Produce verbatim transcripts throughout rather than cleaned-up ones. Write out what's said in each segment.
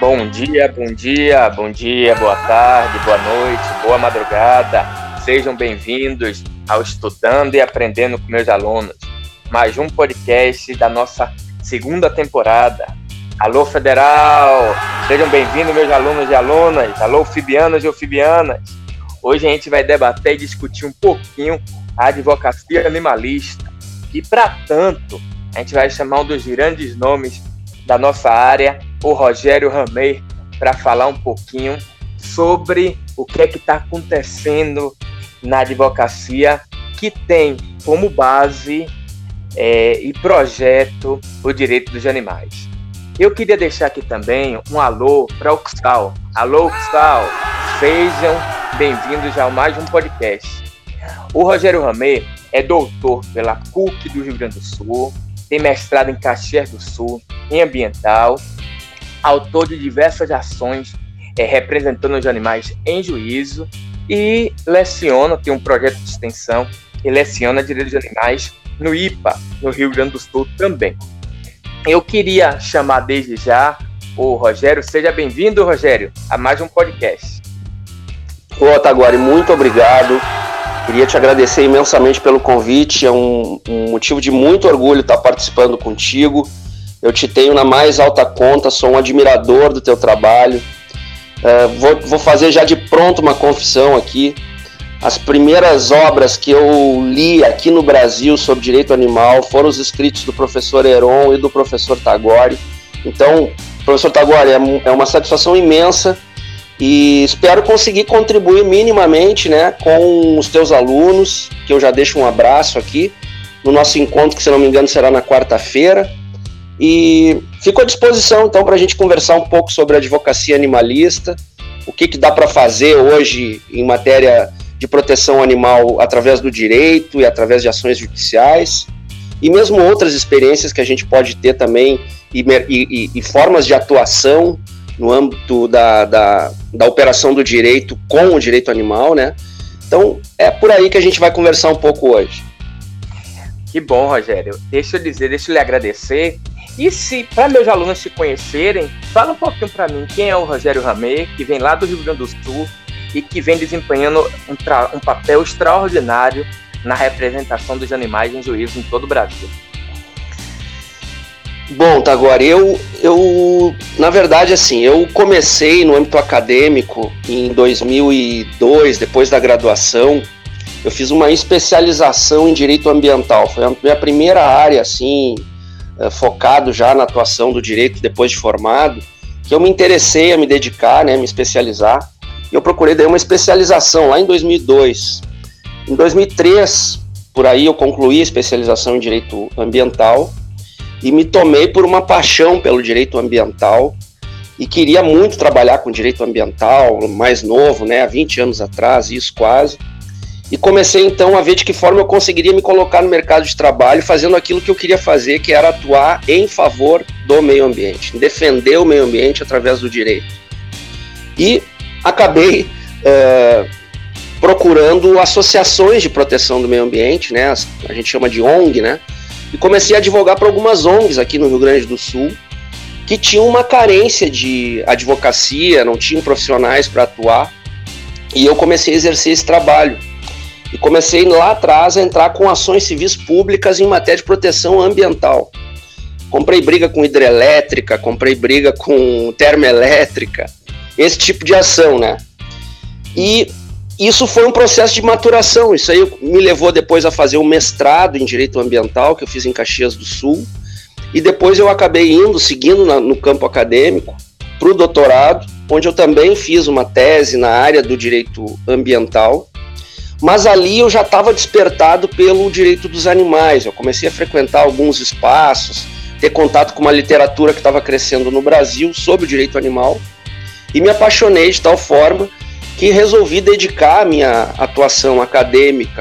Bom dia, bom dia, bom dia, boa tarde, boa noite, boa madrugada. Sejam bem-vindos ao Estudando e Aprendendo com meus alunos. Mais um podcast da nossa segunda temporada. Alô, Federal! Sejam bem-vindos, meus alunos e alunas. Alô, fibianos e fibianas. Hoje a gente vai debater e discutir um pouquinho a advocacia animalista. E, para tanto, a gente vai chamar um dos grandes nomes da nossa área, o Rogério Ramey, para falar um pouquinho sobre o que é que está acontecendo na advocacia, que tem como base é, e projeto o direito dos animais. Eu queria deixar aqui também um alô para o Uxal. Alô, Uxal! Sejam bem-vindos a mais um podcast. O Rogério Ramey é doutor pela C U C do Rio Grande do Sul, tem mestrado em Caxias do Sul, em ambiental, autor de diversas ações é, representando os animais em juízo e leciona, tem um projeto de extensão e leciona direitos de animais no I P A, no Rio Grande do Sul também. Eu queria chamar desde já o Rogério. Seja bem-vindo, Rogério, a mais um podcast. Ô, Taguari, muito obrigado. Queria te agradecer imensamente pelo convite. É um, um motivo de muito orgulho estar participando contigo. Eu te tenho na mais alta conta, sou um admirador do teu trabalho. Uh, vou, vou fazer já de pronto uma confissão aqui. As primeiras obras que eu li aqui no Brasil sobre direito animal foram os escritos do professor Heron e do professor Taguari. Então, professor Taguari, é, é uma satisfação imensa e espero conseguir contribuir minimamente, né, com os teus alunos, que eu já deixo um abraço aqui, no nosso encontro, que se não me engano será na quarta-feira. E fico à disposição, então, para a gente conversar um pouco sobre a advocacia animalista, o que, que dá para fazer hoje em matéria de proteção animal através do direito e através de ações judiciais, e mesmo outras experiências que a gente pode ter também, e, e, e formas de atuação no âmbito da, da, da operação do direito com o direito animal, né? Então, é por aí que a gente vai conversar um pouco hoje. Que bom, Rogério. Deixa eu dizer, deixa eu lhe agradecer. E se, para meus alunos te conhecerem, fala um pouquinho para mim quem é o Rogério Ramey, que vem lá do Rio Grande do Sul e que vem desempenhando um, tra- um papel extraordinário na representação dos animais em juízo em todo o Brasil. Bom, Taguari, eu, eu, na verdade, assim, eu comecei no âmbito acadêmico em dois mil e dois, depois da graduação. Eu fiz uma especialização em direito ambiental, foi a minha primeira área, assim, focado já na atuação do direito depois de formado, que eu me interessei a me dedicar, né, me especializar, e eu procurei daí uma especialização lá em dois mil e dois. Em dois mil e três, por aí, eu concluí a especialização em direito ambiental e me tomei por uma paixão pelo direito ambiental e queria muito trabalhar com direito ambiental, mais novo, né, há vinte anos atrás, isso quase. E comecei então a ver de que forma eu conseguiria me colocar no mercado de trabalho fazendo aquilo que eu queria fazer, que era atuar em favor do meio ambiente, defender o meio ambiente através do direito. E acabei é, procurando associações de proteção do meio ambiente, né, a gente chama de O N G, né, e comecei a advogar para algumas O N Gs aqui no Rio Grande do Sul, que tinham uma carência de advocacia, não tinham profissionais para atuar, e eu comecei a exercer esse trabalho. E comecei lá atrás a entrar com ações civis públicas em matéria de proteção ambiental. Comprei briga com hidrelétrica, comprei briga com termoelétrica, esse tipo de ação, né? E isso foi um processo de maturação, isso aí me levou depois a fazer um mestrado em Direito Ambiental, que eu fiz em Caxias do Sul, e depois eu acabei indo, seguindo na, no campo acadêmico, para o doutorado, onde eu também fiz uma tese na área do direito ambiental, mas ali eu já estava despertado pelo direito dos animais. Eu comecei a frequentar alguns espaços, ter contato com uma literatura que estava crescendo no Brasil sobre o direito animal e me apaixonei de tal forma que resolvi dedicar a minha atuação acadêmica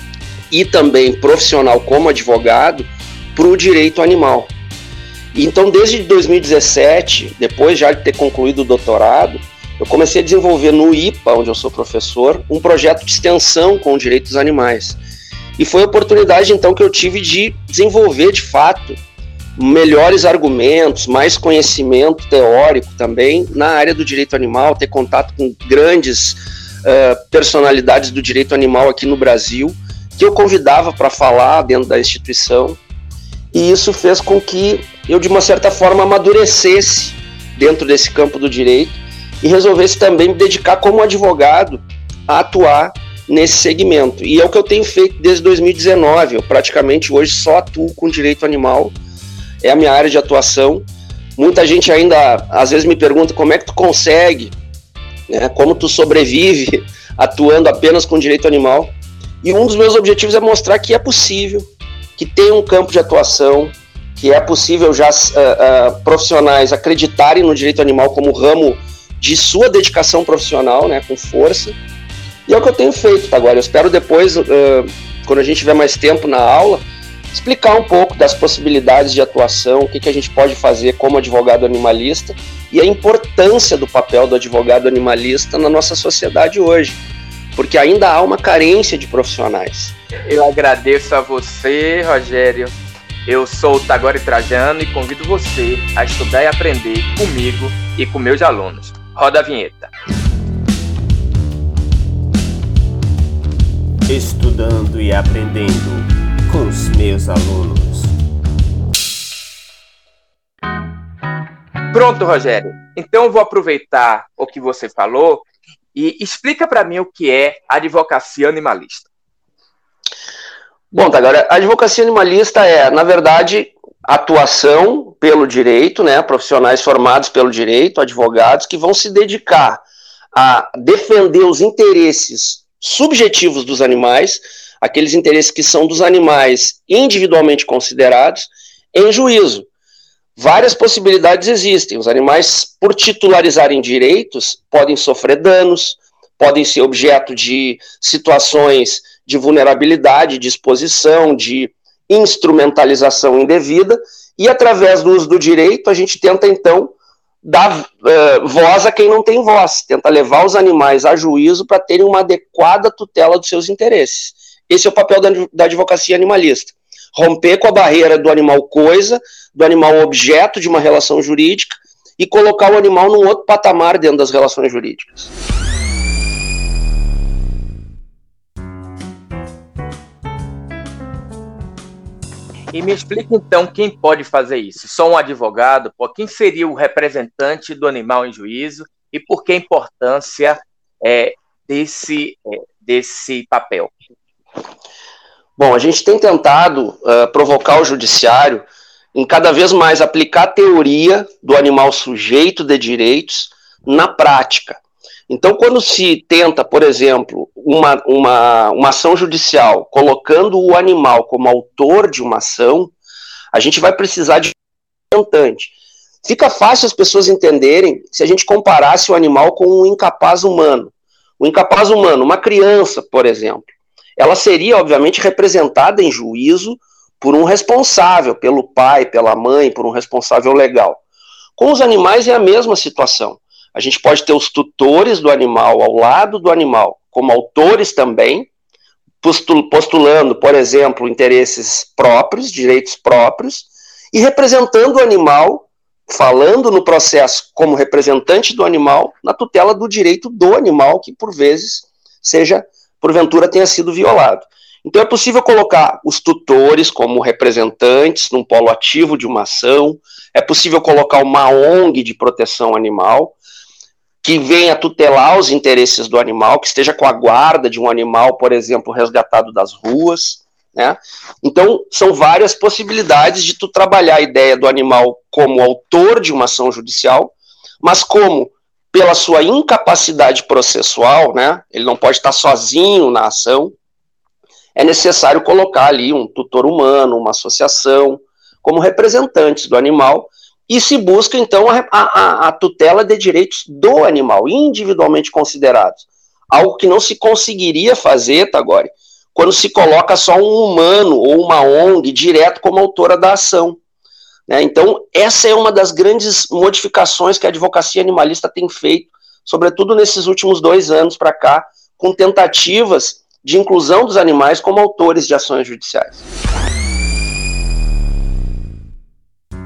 e também profissional como advogado para o direito animal. Então, desde dois mil e dezessete, depois já de ter concluído o doutorado, eu comecei a desenvolver no I P A, onde eu sou professor, um projeto de extensão com direitos dos animais. E foi a oportunidade, então, que eu tive de desenvolver, de fato, melhores argumentos, mais conhecimento teórico também na área do direito animal, ter contato com grandes uh, personalidades do direito animal aqui no Brasil, que eu convidava para falar dentro da instituição, e isso fez com que eu, de uma certa forma, amadurecesse dentro desse campo do direito e resolvesse também me dedicar como advogado a atuar nesse segmento. E é o que eu tenho feito desde dois mil e dezenove, eu praticamente hoje só atuo com direito animal, é a minha área de atuação. Muita gente ainda, às vezes, me pergunta como é que tu consegue, né, como tu sobrevive atuando apenas com direito animal. E um dos meus objetivos é mostrar que é possível, que tem um campo de atuação, que é possível já uh, uh, profissionais acreditarem no direito animal como ramo de sua dedicação profissional, né, com força. E é o que eu tenho feito, tá, agora. Eu espero depois, uh, quando a gente tiver mais tempo na aula, explicar um pouco das possibilidades de atuação, o que, que a gente pode fazer como advogado animalista e a importância do papel do advogado animalista na nossa sociedade hoje, porque ainda há uma carência de profissionais. Eu agradeço a você, Rogério. Eu sou o Tagore Trajano e convido você a estudar e aprender comigo e com meus alunos. Roda a vinheta. Estudando e aprendendo com os meus alunos. Pronto, Rogério. Então eu vou aproveitar o que você falou e explica para mim o que é advocacia animalista. Bom, tá, agora, a advocacia animalista é, na verdade, atuação pelo direito, né, profissionais formados pelo direito, advogados, que vão se dedicar a defender os interesses subjetivos dos animais, aqueles interesses que são dos animais individualmente considerados, em juízo. Várias possibilidades existem. Os animais, por titularizarem direitos, podem sofrer danos, podem ser objeto de situações de vulnerabilidade, de exposição, de instrumentalização indevida, e através do uso do direito a gente tenta então dar uh, voz a quem não tem voz, tenta levar os animais a juízo para terem uma adequada tutela dos seus interesses. Esse é o papel da, da advocacia animalista, romper com a barreira do animal coisa, do animal objeto de uma relação jurídica e colocar o animal num outro patamar dentro das relações jurídicas. E me explica então quem pode fazer isso. Só um advogado? Quem seria o representante do animal em juízo e por que a importância é, desse, é, desse papel? Bom, a gente tem tentado uh, provocar o judiciário em cada vez mais aplicar a teoria do animal sujeito de direitos na prática. Então, quando se tenta, por exemplo, uma, uma, uma ação judicial colocando o animal como autor de uma ação, a gente vai precisar de um representante. Fica fácil as pessoas entenderem se a gente comparasse o animal com um incapaz humano. O incapaz humano, uma criança, por exemplo, ela seria, obviamente, representada em juízo por um responsável, pelo pai, pela mãe, por um responsável legal. Com os animais é a mesma situação. A gente pode ter os tutores do animal ao lado do animal, como autores também, postulando, por exemplo, interesses próprios, direitos próprios, e representando o animal, falando no processo como representante do animal, na tutela do direito do animal, que por vezes seja, porventura, tenha sido violado. Então é possível colocar os tutores como representantes num polo ativo de uma ação, é possível colocar uma O N G de proteção animal, que venha tutelar os interesses do animal, que esteja com a guarda de um animal, por exemplo, resgatado das ruas, né? Então, são várias possibilidades de tu trabalhar a ideia do animal como autor de uma ação judicial, mas como, pela sua incapacidade processual, né, ele não pode estar sozinho na ação, é necessário colocar ali um tutor humano, uma associação, como representantes do animal, e se busca, então, a, a, a tutela de direitos do animal, individualmente considerados. Algo que não se conseguiria fazer, Tagore, quando se coloca só um humano ou uma O N G direto como autora da ação. Né? Então, essa é uma das grandes modificações que a advocacia animalista tem feito, sobretudo nesses últimos dois anos para cá, com tentativas de inclusão dos animais como autores de ações judiciais.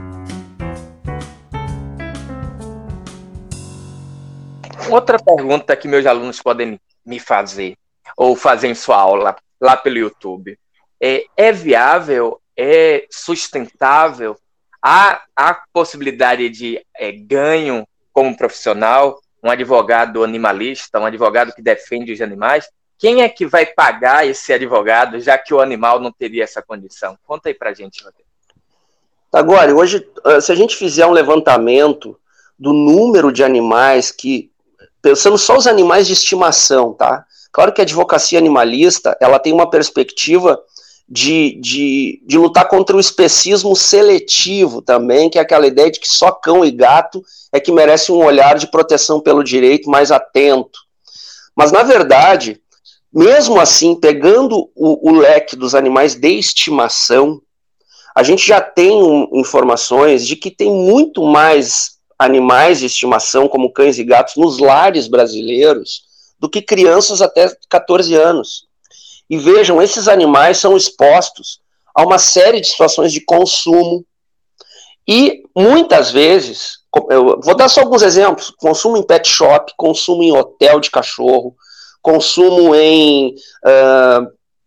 Outra pergunta que meus alunos podem me fazer, ou fazer em sua aula, lá pelo YouTube, é, é viável, é sustentável, há, há possibilidade de é, ganho como profissional, um advogado animalista, um advogado que defende os animais? Quem é que vai pagar esse advogado, já que o animal não teria essa condição? Conta aí pra gente, Rodrigo. Agora, hoje, se a gente fizer um levantamento do número de animais que, pensando só os animais de estimação, tá? Claro que a advocacia animalista, ela tem uma perspectiva de, de, de lutar contra o especismo seletivo também, que é aquela ideia de que só cão e gato é que merece um olhar de proteção pelo direito mais atento. Mas, na verdade, mesmo assim, pegando o, o leque dos animais de estimação, a gente já tem um, informações de que tem muito mais animais de estimação, como cães e gatos, nos lares brasileiros, do que crianças até catorze anos. E vejam, esses animais são expostos a uma série de situações de consumo e, muitas vezes, eu vou dar só alguns exemplos, consumo em pet shop, consumo em hotel de cachorro, consumo em uh,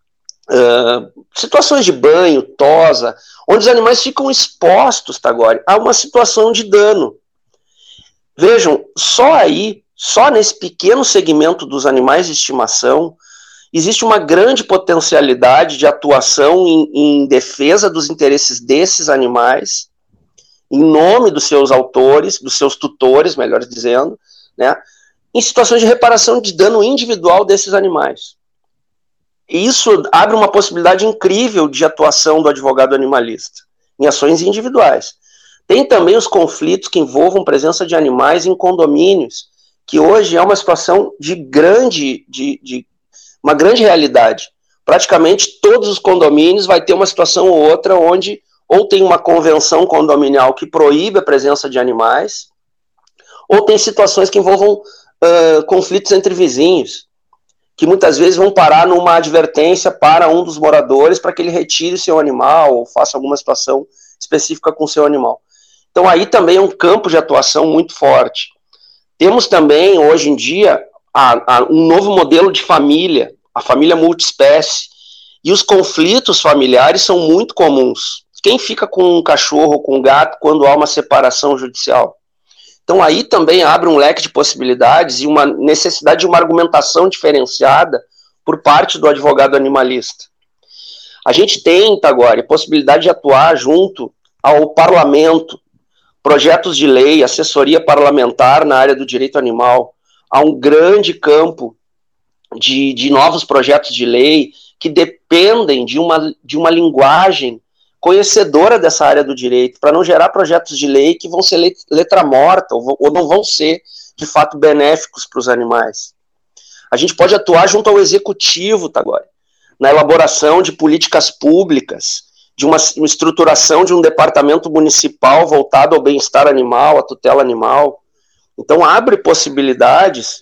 uh, situações de banho, tosa, onde os animais ficam expostos, tá, agora, a uma situação de dano. Vejam, só aí, só nesse pequeno segmento dos animais de estimação, existe uma grande potencialidade de atuação em, em defesa dos interesses desses animais, em nome dos seus autores, dos seus tutores, melhor dizendo, né, em situações de reparação de dano individual desses animais. E isso abre uma possibilidade incrível de atuação do advogado animalista, em ações individuais. Tem também os conflitos que envolvam presença de animais em condomínios, que hoje é uma situação de grande, de, de uma grande realidade. Praticamente todos os condomínios vai ter uma situação ou outra onde ou tem uma convenção condominial que proíbe a presença de animais, ou tem situações que envolvam uh, conflitos entre vizinhos, que muitas vezes vão parar numa advertência para um dos moradores para que ele retire seu animal ou faça alguma situação específica com seu animal. Então aí também é um campo de atuação muito forte. Temos também, hoje em dia, a, a, um novo modelo de família, a família multiespécie, e os conflitos familiares são muito comuns. Quem fica com um cachorro ou com um gato quando há uma separação judicial? Então aí também abre um leque de possibilidades e uma necessidade de uma argumentação diferenciada por parte do advogado animalista. A gente tem, agora, a possibilidade de atuar junto ao parlamento, projetos de lei, assessoria parlamentar na área do direito animal. Há um grande campo de, de novos projetos de lei que dependem de uma, de uma linguagem conhecedora dessa área do direito, para não gerar projetos de lei que vão ser letra morta ou, ou não vão ser, de fato, benéficos para os animais. A gente pode atuar junto ao executivo, tá, agora, na elaboração de políticas públicas, de uma, uma estruturação de um departamento municipal voltado ao bem-estar animal, à tutela animal. Então, abre possibilidades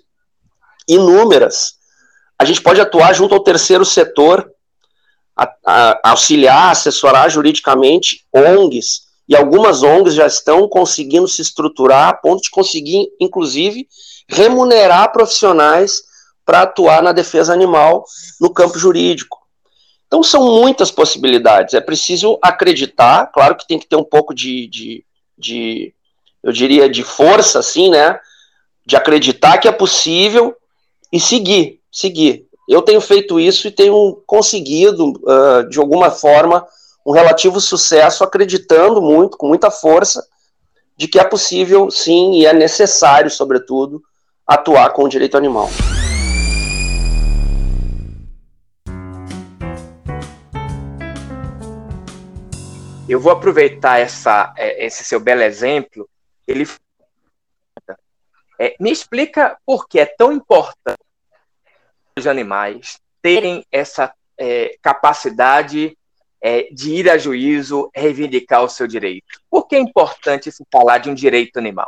inúmeras. A gente pode atuar junto ao terceiro setor, A, a, auxiliar, assessorar juridicamente O N Gs, e algumas O N Gs já estão conseguindo se estruturar a ponto de conseguir, inclusive, remunerar profissionais para atuar na defesa animal no campo jurídico. Então são muitas possibilidades, é preciso acreditar, claro que tem que ter um pouco de, de, de eu diria, de força, assim, né, de acreditar que é possível e seguir, seguir. Eu tenho feito isso e tenho conseguido, uh, de alguma forma, um relativo sucesso, acreditando muito, com muita força, de que é possível, sim, e é necessário, sobretudo, atuar com o direito animal. Eu vou aproveitar essa, esse seu belo exemplo. Ele é, me explica por que é tão importante os animais terem essa é, capacidade é, de ir a juízo, reivindicar o seu direito. Por que é importante se falar de um direito animal?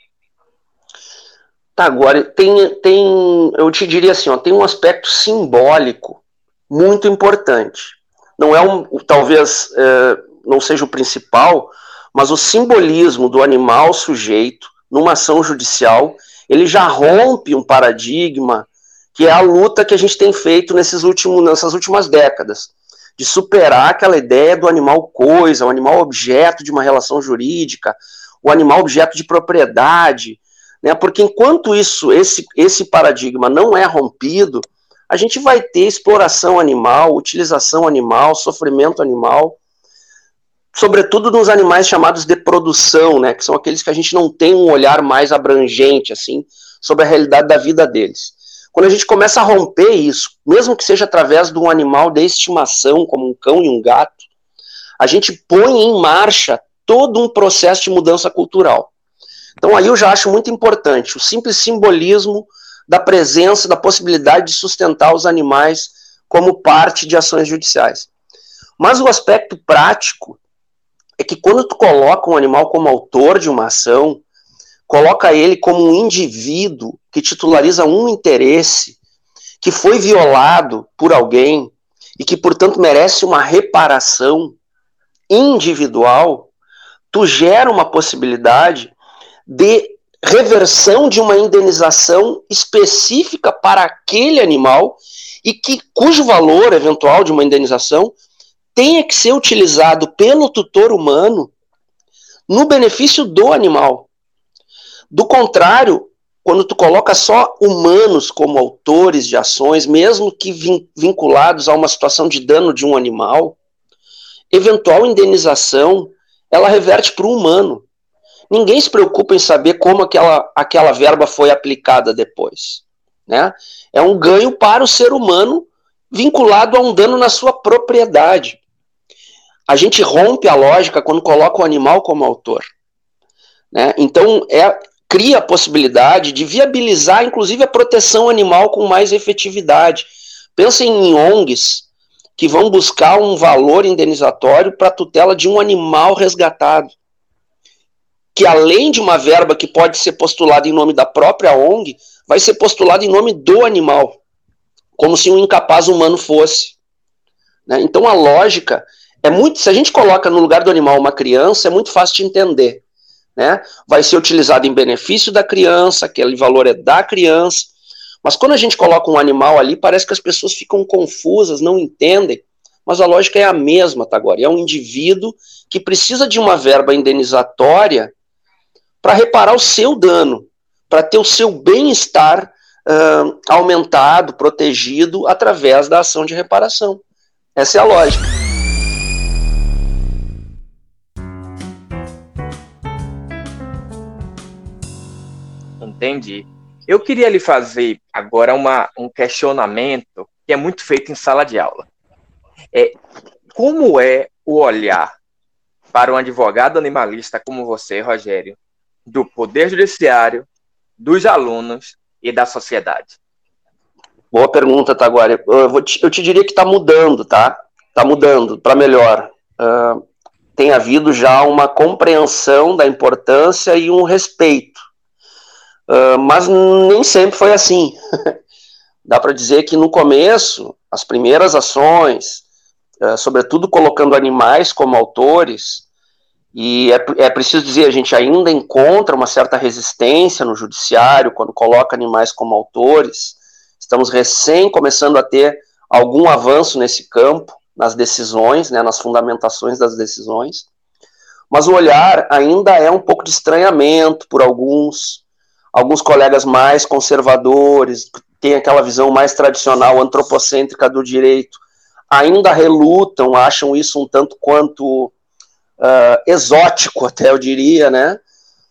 Tá, agora, tem, tem, eu te diria assim, ó, tem um aspecto simbólico muito importante. Não é um, talvez, é, não seja o principal, mas o simbolismo do animal sujeito numa ação judicial, ele já rompe um paradigma que é a luta que a gente tem feito nesses últimos, nessas últimas décadas, de superar aquela ideia do animal coisa, o animal objeto de uma relação jurídica, o animal objeto de propriedade, né? Porque enquanto isso, esse, esse paradigma não é rompido, a gente vai ter exploração animal, utilização animal, sofrimento animal, sobretudo nos animais chamados de produção, né? Que são aqueles que a gente não tem um olhar mais abrangente, assim, sobre a realidade da vida deles. Quando a gente começa a romper isso, mesmo que seja através de um animal de estimação, como um cão e um gato, a gente põe em marcha todo um processo de mudança cultural. Então aí eu já acho muito importante o simples simbolismo da presença, da possibilidade de sustentar os animais como parte de ações judiciais. Mas o aspecto prático é que quando tu coloca um animal como autor de uma ação, coloca ele como um indivíduo que titulariza um interesse, que foi violado por alguém e que, portanto, merece uma reparação individual, tu gera uma possibilidade de reversão de uma indenização específica para aquele animal e que, cujo valor eventual de uma indenização tenha que ser utilizado pelo tutor humano no benefício do animal. Do contrário, quando tu coloca só humanos como autores de ações, mesmo que vin- vinculados a uma situação de dano de um animal, eventual indenização, ela reverte para o humano. Ninguém se preocupa em saber como aquela, aquela verba foi aplicada depois, né? É um ganho para o ser humano vinculado a um dano na sua propriedade. A gente rompe a lógica quando coloca o animal como autor, né? Então, é, cria a possibilidade de viabilizar, inclusive, a proteção animal com mais efetividade. Pensem em O N Gs que vão buscar um valor indenizatório para a tutela de um animal resgatado, que além de uma verba que pode ser postulada em nome da própria O N G, vai ser postulada em nome do animal, como se um incapaz humano fosse, né? Então a lógica é muito, se a gente coloca no lugar do animal uma criança, é muito fácil de entender, né? Vai ser utilizado em benefício da criança, aquele valor é da criança, mas quando a gente coloca um animal ali, parece que as pessoas ficam confusas, não entendem, mas a lógica é a mesma, tá, agora? É um indivíduo que precisa de uma verba indenizatória para reparar o seu dano, para ter o seu bem-estar uh, aumentado, protegido, através da ação de reparação. Essa é a lógica. Entendi. Eu queria lhe fazer agora uma, um questionamento que é muito feito em sala de aula. É, como é o olhar para um advogado animalista como você, Rogério, do Poder Judiciário, dos alunos e da sociedade? Boa pergunta, Taguari. Eu, vou te, eu te diria que está mudando, tá? Está mudando para melhor. Uh, tem havido já uma compreensão da importância e um respeito. Uh, mas nem sempre foi assim. Dá para dizer que no começo, as primeiras ações, uh, sobretudo colocando animais como autores, e é, é preciso dizer, a gente ainda encontra uma certa resistência no judiciário quando coloca animais como autores. Estamos recém começando a ter algum avanço nesse campo, nas decisões, né, nas fundamentações das decisões, mas o olhar ainda é um pouco de estranhamento por alguns, alguns colegas mais conservadores, que têm aquela visão mais tradicional, antropocêntrica do direito, ainda relutam, acham isso um tanto quanto Uh, exótico, até eu diria, né?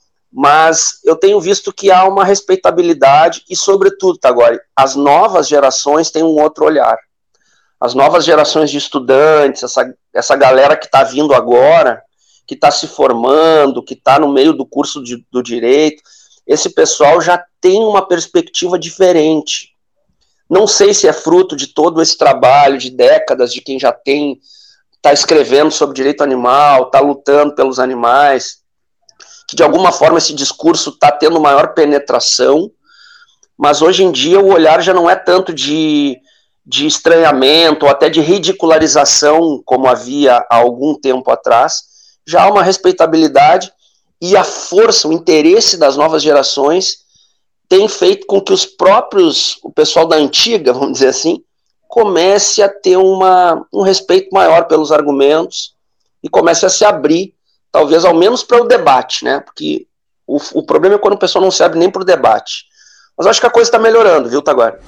Mas eu tenho visto que há uma respeitabilidade e, sobretudo, tá, agora, as novas gerações têm um outro olhar. As novas gerações de estudantes, essa, essa galera que está vindo agora, que está se formando, que está no meio do curso de, do direito, esse pessoal já tem uma perspectiva diferente. Não sei se é fruto de todo esse trabalho de décadas de quem já tem está escrevendo sobre direito animal, está lutando pelos animais, que de alguma forma esse discurso está tendo maior penetração, mas hoje em dia o olhar já não é tanto de, de estranhamento ou até de ridicularização como havia há algum tempo atrás, já há uma respeitabilidade e a força, o interesse das novas gerações tem feito com que os próprios, o pessoal da antiga, vamos dizer assim, comece a ter uma, um respeito maior pelos argumentos e comece a se abrir, talvez ao menos para o debate, né? Porque o, o problema é quando o pessoal não se abre nem para o debate. Mas eu acho que a coisa está melhorando, viu, Taguara?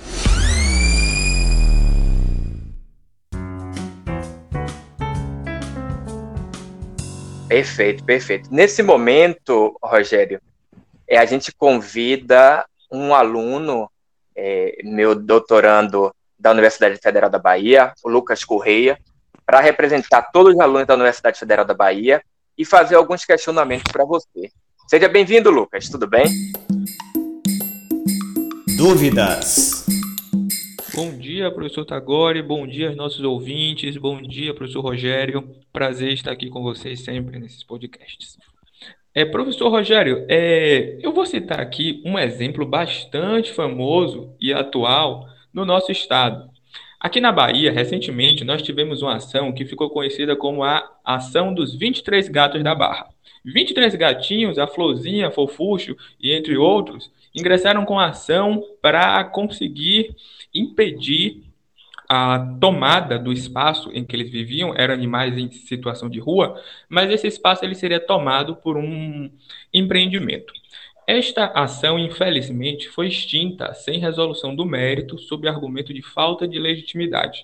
Perfeito, perfeito. Nesse momento, Rogério, é, a gente convida um aluno, é, meu doutorando da Universidade Federal da Bahia, o Lucas Correia, para representar todos os alunos da Universidade Federal da Bahia e fazer alguns questionamentos para você. Seja bem-vindo, Lucas, tudo bem? Dúvidas. Bom dia, professor Tagore, bom dia aos nossos ouvintes, bom dia, professor Rogério, prazer estar aqui com vocês sempre nesses podcasts. É, professor Rogério, é, eu vou citar aqui um exemplo bastante famoso e atual no nosso estado. Aqui na Bahia, recentemente, nós tivemos uma ação que ficou conhecida como a Ação dos vinte e três Gatos da Barra. vinte e três gatinhos, a Florzinha, a Fofuxo e entre outros, ingressaram com a ação para conseguir impedir a tomada do espaço em que eles viviam. Eram animais em situação de rua, mas esse espaço ele seria tomado por um empreendimento. Esta ação, infelizmente, foi extinta sem resolução do mérito sob argumento de falta de legitimidade.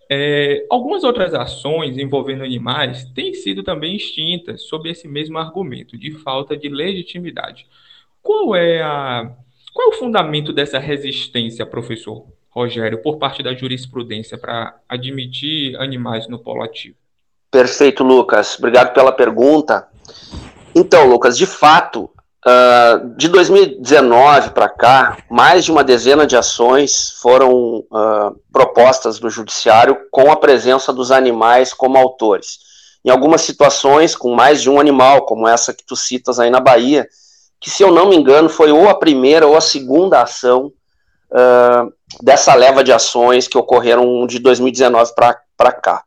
É, algumas outras ações envolvendo animais têm sido também extintas sob esse mesmo argumento de falta de legitimidade. Qual é, a, qual é o fundamento dessa resistência, professor Rogério, por parte da jurisprudência para admitir animais no polo ativo? Perfeito, Lucas. Obrigado pela pergunta. Então, Lucas, de fato, uh, de dois mil e dezenove para cá, mais de uma dezena de ações foram uh, propostas no judiciário com a presença dos animais como autores. Em algumas situações, com mais de um animal, como essa que tu citas aí na Bahia, que, se eu não me engano, foi ou a primeira ou a segunda ação uh, dessa leva de ações que ocorreram de dois mil e dezenove para cá.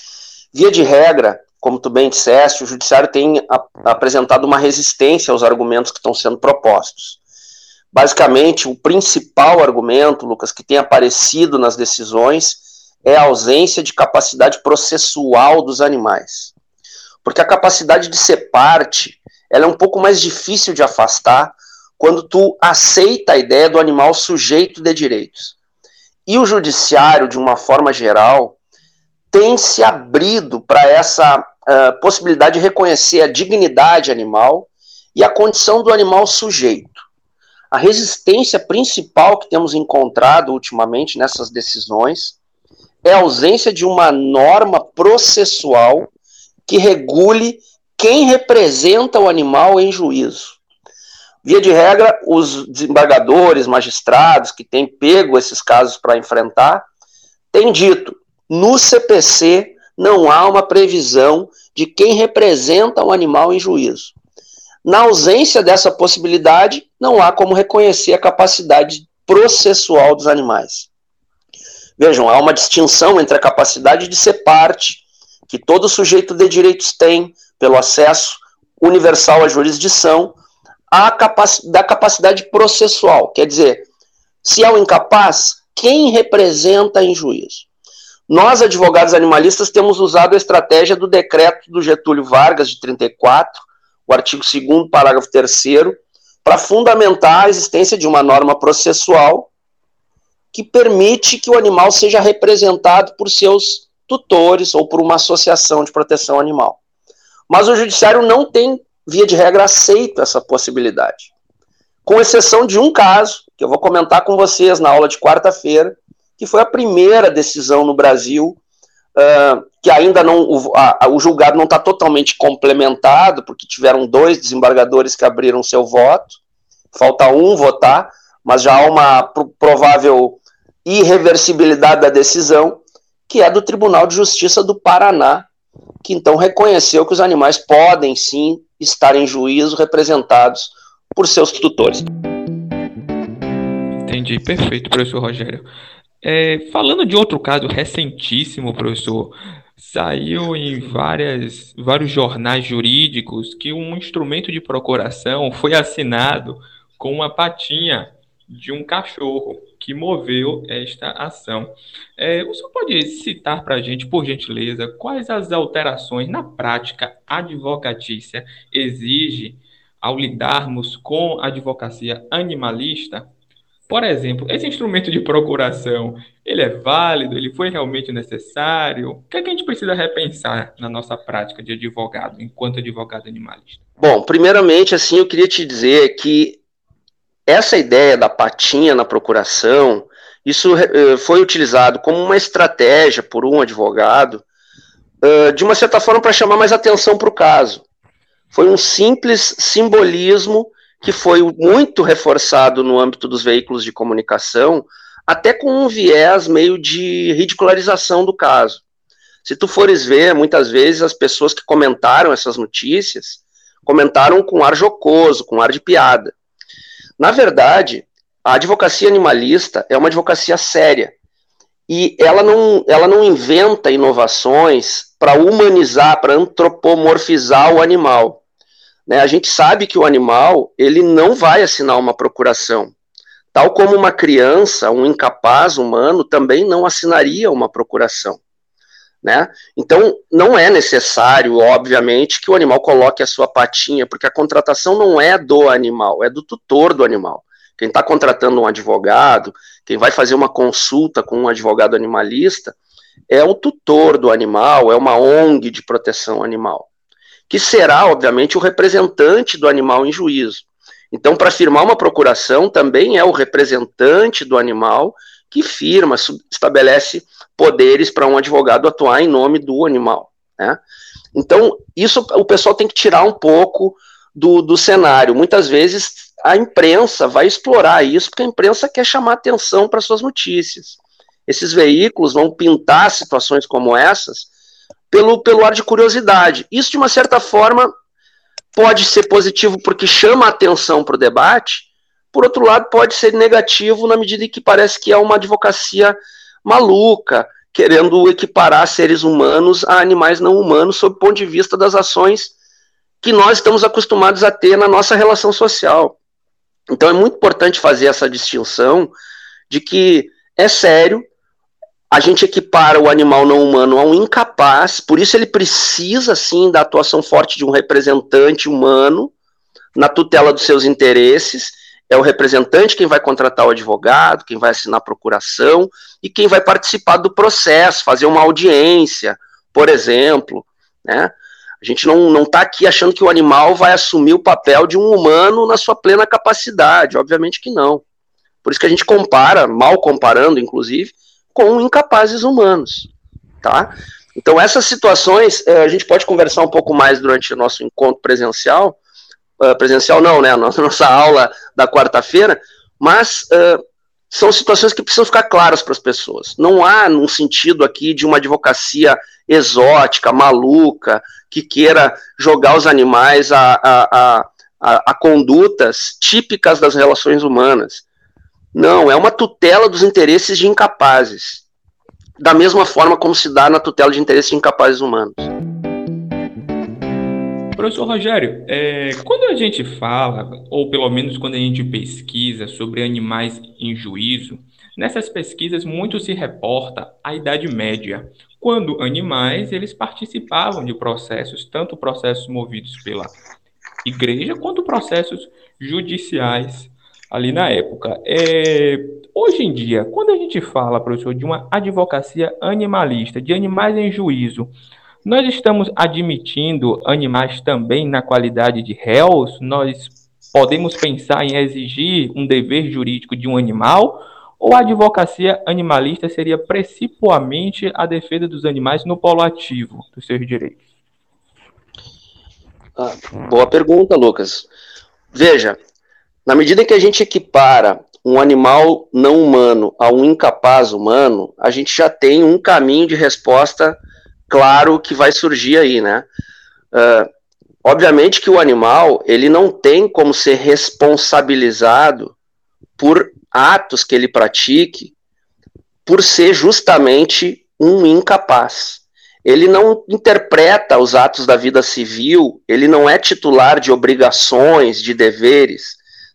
Via de regra, como tu bem disseste, o judiciário tem a, apresentado uma resistência aos argumentos que estão sendo propostos. Basicamente, o principal argumento, Lucas, que tem aparecido nas decisões é a ausência de capacidade processual dos animais. Porque a capacidade de ser parte, ela é um pouco mais difícil de afastar quando tu aceita a ideia do animal sujeito de direitos. E o judiciário, de uma forma geral, tem se abrido para essa uh, possibilidade de reconhecer a dignidade animal e a condição do animal sujeito. A resistência principal que temos encontrado ultimamente nessas decisões é a ausência de uma norma processual que regule quem representa o animal em juízo. Via de regra, os desembargadores, magistrados que têm pego esses casos para enfrentar, têm dito: no C P C não há uma previsão de quem representa o animal em juízo. Na ausência dessa possibilidade, não há como reconhecer a capacidade processual dos animais. Vejam, há uma distinção entre a capacidade de ser parte, que todo sujeito de direitos tem, pelo acesso universal à jurisdição, a capac- da capacidade processual. Quer dizer, se é o incapaz, quem representa em juízo? Nós, advogados animalistas, temos usado a estratégia do decreto do Getúlio Vargas, de trinta e quatro, o artigo segundo, parágrafo terceiro, para fundamentar a existência de uma norma processual que permite que o animal seja representado por seus tutores ou por uma associação de proteção animal. Mas o judiciário não tem, via de regra, aceito essa possibilidade. Com exceção de um caso, que eu vou comentar com vocês na aula de quarta-feira, que foi a primeira decisão no Brasil, uh, que ainda não, o, a, o julgado não está totalmente complementado, porque tiveram dois desembargadores que abriram seu voto, falta um votar, mas já há uma pro, provável irreversibilidade da decisão, que é do Tribunal de Justiça do Paraná, que então reconheceu que os animais podem sim estar em juízo representados por seus tutores. Entendi, perfeito, professor Rogério. É, falando de outro caso recentíssimo, professor, saiu em várias, vários jornais jurídicos que um instrumento de procuração foi assinado com uma patinha de um cachorro que moveu esta ação. É, o senhor pode citar para a gente, por gentileza, quais as alterações na prática advocatícia exige ao lidarmos com a advocacia animalista? Por exemplo, esse instrumento de procuração, ele é válido? Ele foi realmente necessário? O que é que a gente precisa repensar na nossa prática de advogado, enquanto advogado animalista? Bom, primeiramente, assim, eu queria te dizer que essa ideia da patinha na procuração, isso uh, foi utilizado como uma estratégia por um advogado, uh, de uma certa forma para chamar mais atenção para o caso. Foi um simples simbolismo que foi muito reforçado no âmbito dos veículos de comunicação, até com um viés meio de ridicularização do caso. Se tu fores ver, muitas vezes as pessoas que comentaram essas notícias, comentaram com ar jocoso, com ar de piada. Na verdade, a advocacia animalista é uma advocacia séria, e ela não, ela não inventa inovações para humanizar, para antropomorfizar o animal. Né, a gente sabe que o animal, ele não vai assinar uma procuração. Tal como uma criança, um incapaz humano, também não assinaria uma procuração. Né? Então, não é necessário, obviamente, que o animal coloque a sua patinha, porque a contratação não é do animal, é do tutor do animal. Quem está contratando um advogado, quem vai fazer uma consulta com um advogado animalista, é o tutor do animal, é uma O N G de proteção animal, que será, obviamente, o representante do animal em juízo. Então, para firmar uma procuração, também é o representante do animal que firma, estabelece poderes para um advogado atuar em nome do animal. Né? Então, isso o pessoal tem que tirar um pouco do, do cenário. Muitas vezes, a imprensa vai explorar isso, porque a imprensa quer chamar atenção para suas notícias. Esses veículos vão pintar situações como essas Pelo, pelo ar de curiosidade. Isso, de uma certa forma, pode ser positivo porque chama a atenção para o debate, por outro lado, pode ser negativo na medida em que parece que é uma advocacia maluca, querendo equiparar seres humanos a animais não humanos sob o ponto de vista das ações que nós estamos acostumados a ter na nossa relação social. Então é muito importante fazer essa distinção de que é sério, a gente equipara o animal não humano a um incapaz, por isso ele precisa, sim, da atuação forte de um representante humano na tutela dos seus interesses. É o representante quem vai contratar o advogado, quem vai assinar a procuração e quem vai participar do processo, fazer uma audiência, por exemplo. Né? A gente não não está aqui achando que o animal vai assumir o papel de um humano na sua plena capacidade, obviamente que não. Por isso que a gente compara, mal comparando, inclusive, com incapazes humanos, tá? Então essas situações, a gente pode conversar um pouco mais durante o nosso encontro presencial, uh, presencial não, né, a nossa, nossa aula da quarta-feira, mas uh, são situações que precisam ficar claras para as pessoas. Não há um sentido aqui de uma advocacia exótica, maluca, que queira jogar os animais a, a, a, a, a condutas típicas das relações humanas. Não, é uma tutela dos interesses de incapazes, da mesma forma como se dá na tutela de interesses de incapazes humanos. Professor Rogério, é, quando a gente fala, ou pelo menos quando a gente pesquisa sobre animais em juízo, nessas pesquisas muito se reporta a Idade Média, quando animais eles participavam de processos, tanto processos movidos pela igreja, quanto processos judiciais ali na época. É, hoje em dia, quando a gente fala, professor, de uma advocacia animalista, de animais em juízo, nós estamos admitindo animais também na qualidade de réus? Nós podemos pensar em exigir um dever jurídico de um animal? Ou a advocacia animalista seria principalmente a defesa dos animais no polo ativo dos seus direitos? Ah, boa pergunta, Lucas. Veja, na medida em que a gente equipara um animal não humano a um incapaz humano, a gente já tem um caminho de resposta claro que vai surgir aí, né? Uh, obviamente que o animal, ele não tem como ser responsabilizado por atos que ele pratique, por ser justamente um incapaz. Ele não interpreta os atos da vida civil, ele não é titular de obrigações, de deveres.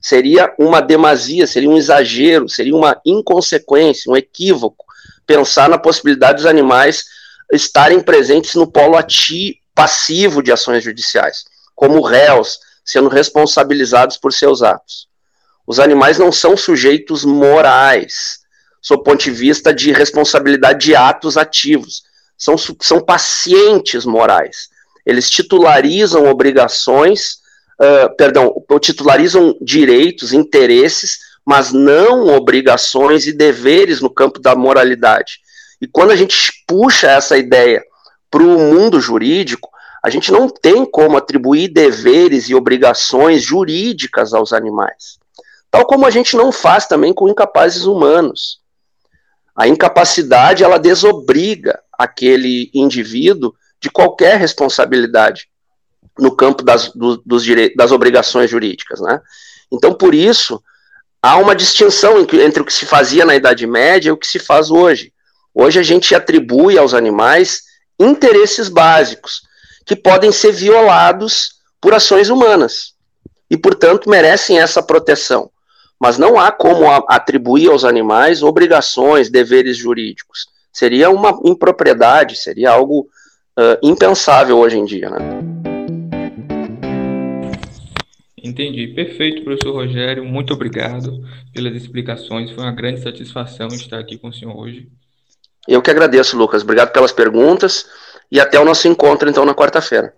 Seria uma demasia, seria um exagero, seria uma inconsequência, um equívoco, pensar na possibilidade dos animais estarem presentes no polo ativo, passivo de ações judiciais, como réus, sendo responsabilizados por seus atos. Os animais não são sujeitos morais, sob o ponto de vista de responsabilidade de atos ativos, são, são pacientes morais. Eles titularizam obrigações, uh, perdão, titularizam direitos, interesses, mas não obrigações e deveres no campo da moralidade. E quando a gente puxa essa ideia para o mundo jurídico, a gente não tem como atribuir deveres e obrigações jurídicas aos animais. Tal como a gente não faz também com incapazes humanos. A incapacidade, ela desobriga aquele indivíduo de qualquer responsabilidade no campo das, do, dos direi- das obrigações jurídicas, né? Então, por isso, há uma distinção entre o que se fazia na Idade Média e o que se faz hoje. Hoje a gente atribui aos animais interesses básicos, que podem ser violados por ações humanas, e, portanto, merecem essa proteção. Mas não há como atribuir aos animais obrigações, deveres jurídicos. Seria uma impropriedade, seria algo uh, impensável hoje em dia, né? Entendi. Perfeito, professor Rogério. Muito obrigado pelas explicações. Foi uma grande satisfação estar aqui com o senhor hoje. Eu que agradeço, Lucas. Obrigado pelas perguntas e até o nosso encontro, então, na quarta-feira.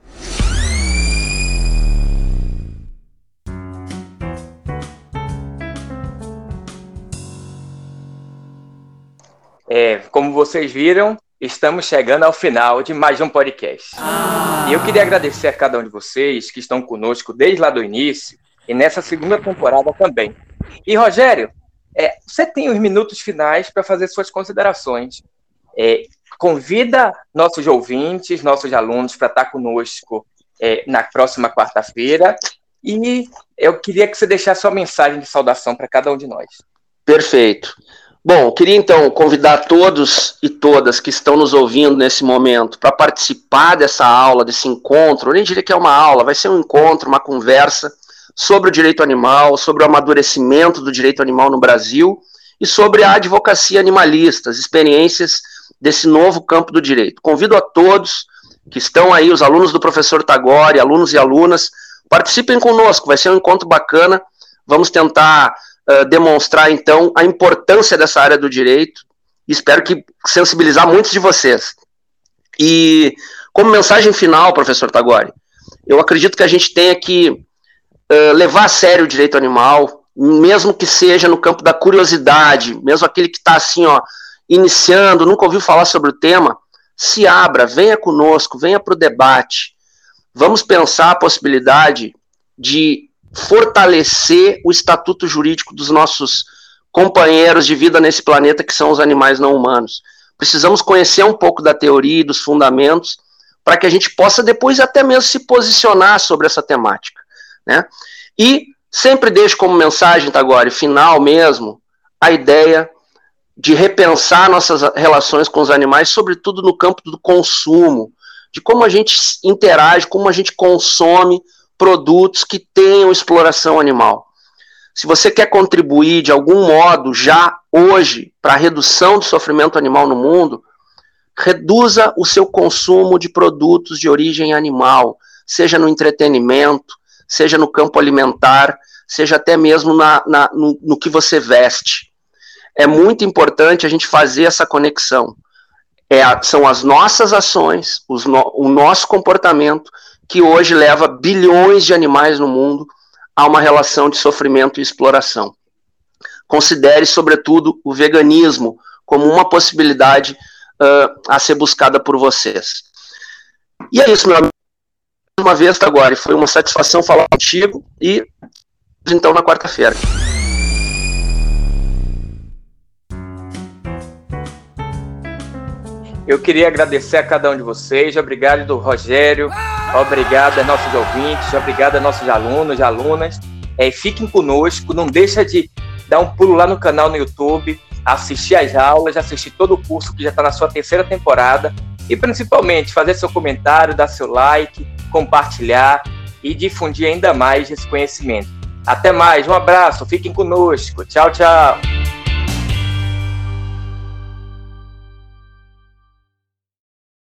É, como vocês viram, estamos chegando ao final de mais um podcast. Ah. E eu queria agradecer a cada um de vocês que estão conosco desde lá do início e nessa segunda temporada também. E, Rogério, é, você tem os minutos finais para fazer suas considerações. É, convida nossos ouvintes, nossos alunos para estar conosco é, na próxima quarta-feira e eu queria que você deixasse sua mensagem de saudação para cada um de nós. Perfeito. Bom, queria então convidar todos e todas que estão nos ouvindo nesse momento para participar dessa aula, desse encontro. Eu nem diria que é uma aula, vai ser um encontro, uma conversa sobre o direito animal, sobre o amadurecimento do direito animal no Brasil e sobre a advocacia animalista, as experiências desse novo campo do direito. Convido a todos que estão aí, os alunos do professor Tagore, alunos e alunas, participem conosco, vai ser um encontro bacana, vamos tentar uh, demonstrar então a importância dessa área do direito e espero que sensibilizar muitos de vocês. E como mensagem final, professor Tagore, eu acredito que a gente tenha que uh, levar a sério o direito animal, mesmo que seja no campo da curiosidade, mesmo aquele que está assim, ó, iniciando, nunca ouviu falar sobre o tema, se abra, venha conosco, venha para o debate. Vamos pensar a possibilidade de fortalecer o estatuto jurídico dos nossos companheiros de vida nesse planeta, que são os animais não humanos. Precisamos conhecer um pouco da teoria e dos fundamentos para que a gente possa depois até mesmo se posicionar sobre essa temática, né? E sempre deixo como mensagem, Tagore, final mesmo, a ideia de repensar nossas relações com os animais, sobretudo no campo do consumo, de como a gente interage, como a gente consome produtos que tenham exploração animal. Se você quer contribuir de algum modo, já hoje, para a redução do sofrimento animal no mundo, reduza o seu consumo de produtos de origem animal, seja no entretenimento, seja no campo alimentar, seja até mesmo na, na, no, no que você veste. É muito importante a gente fazer essa conexão. É, são as nossas ações, os no, o nosso comportamento que hoje leva bilhões de animais no mundo a uma relação de sofrimento e exploração. Considere, sobretudo, o veganismo como uma possibilidade uh, a ser buscada por vocês. E é isso, meu amigo. Mais uma vez, agora, foi uma satisfação falar contigo e então na quarta-feira. Eu queria agradecer a cada um de vocês, obrigado do Rogério, obrigado aos nossos ouvintes, obrigado aos nossos alunos e alunas. É, fiquem conosco, não deixa de dar um pulo lá no canal no YouTube, assistir as aulas, assistir todo o curso que já está na sua terceira temporada e principalmente fazer seu comentário, dar seu like, compartilhar e difundir ainda mais esse conhecimento. Até mais, um abraço, fiquem conosco. Tchau, tchau.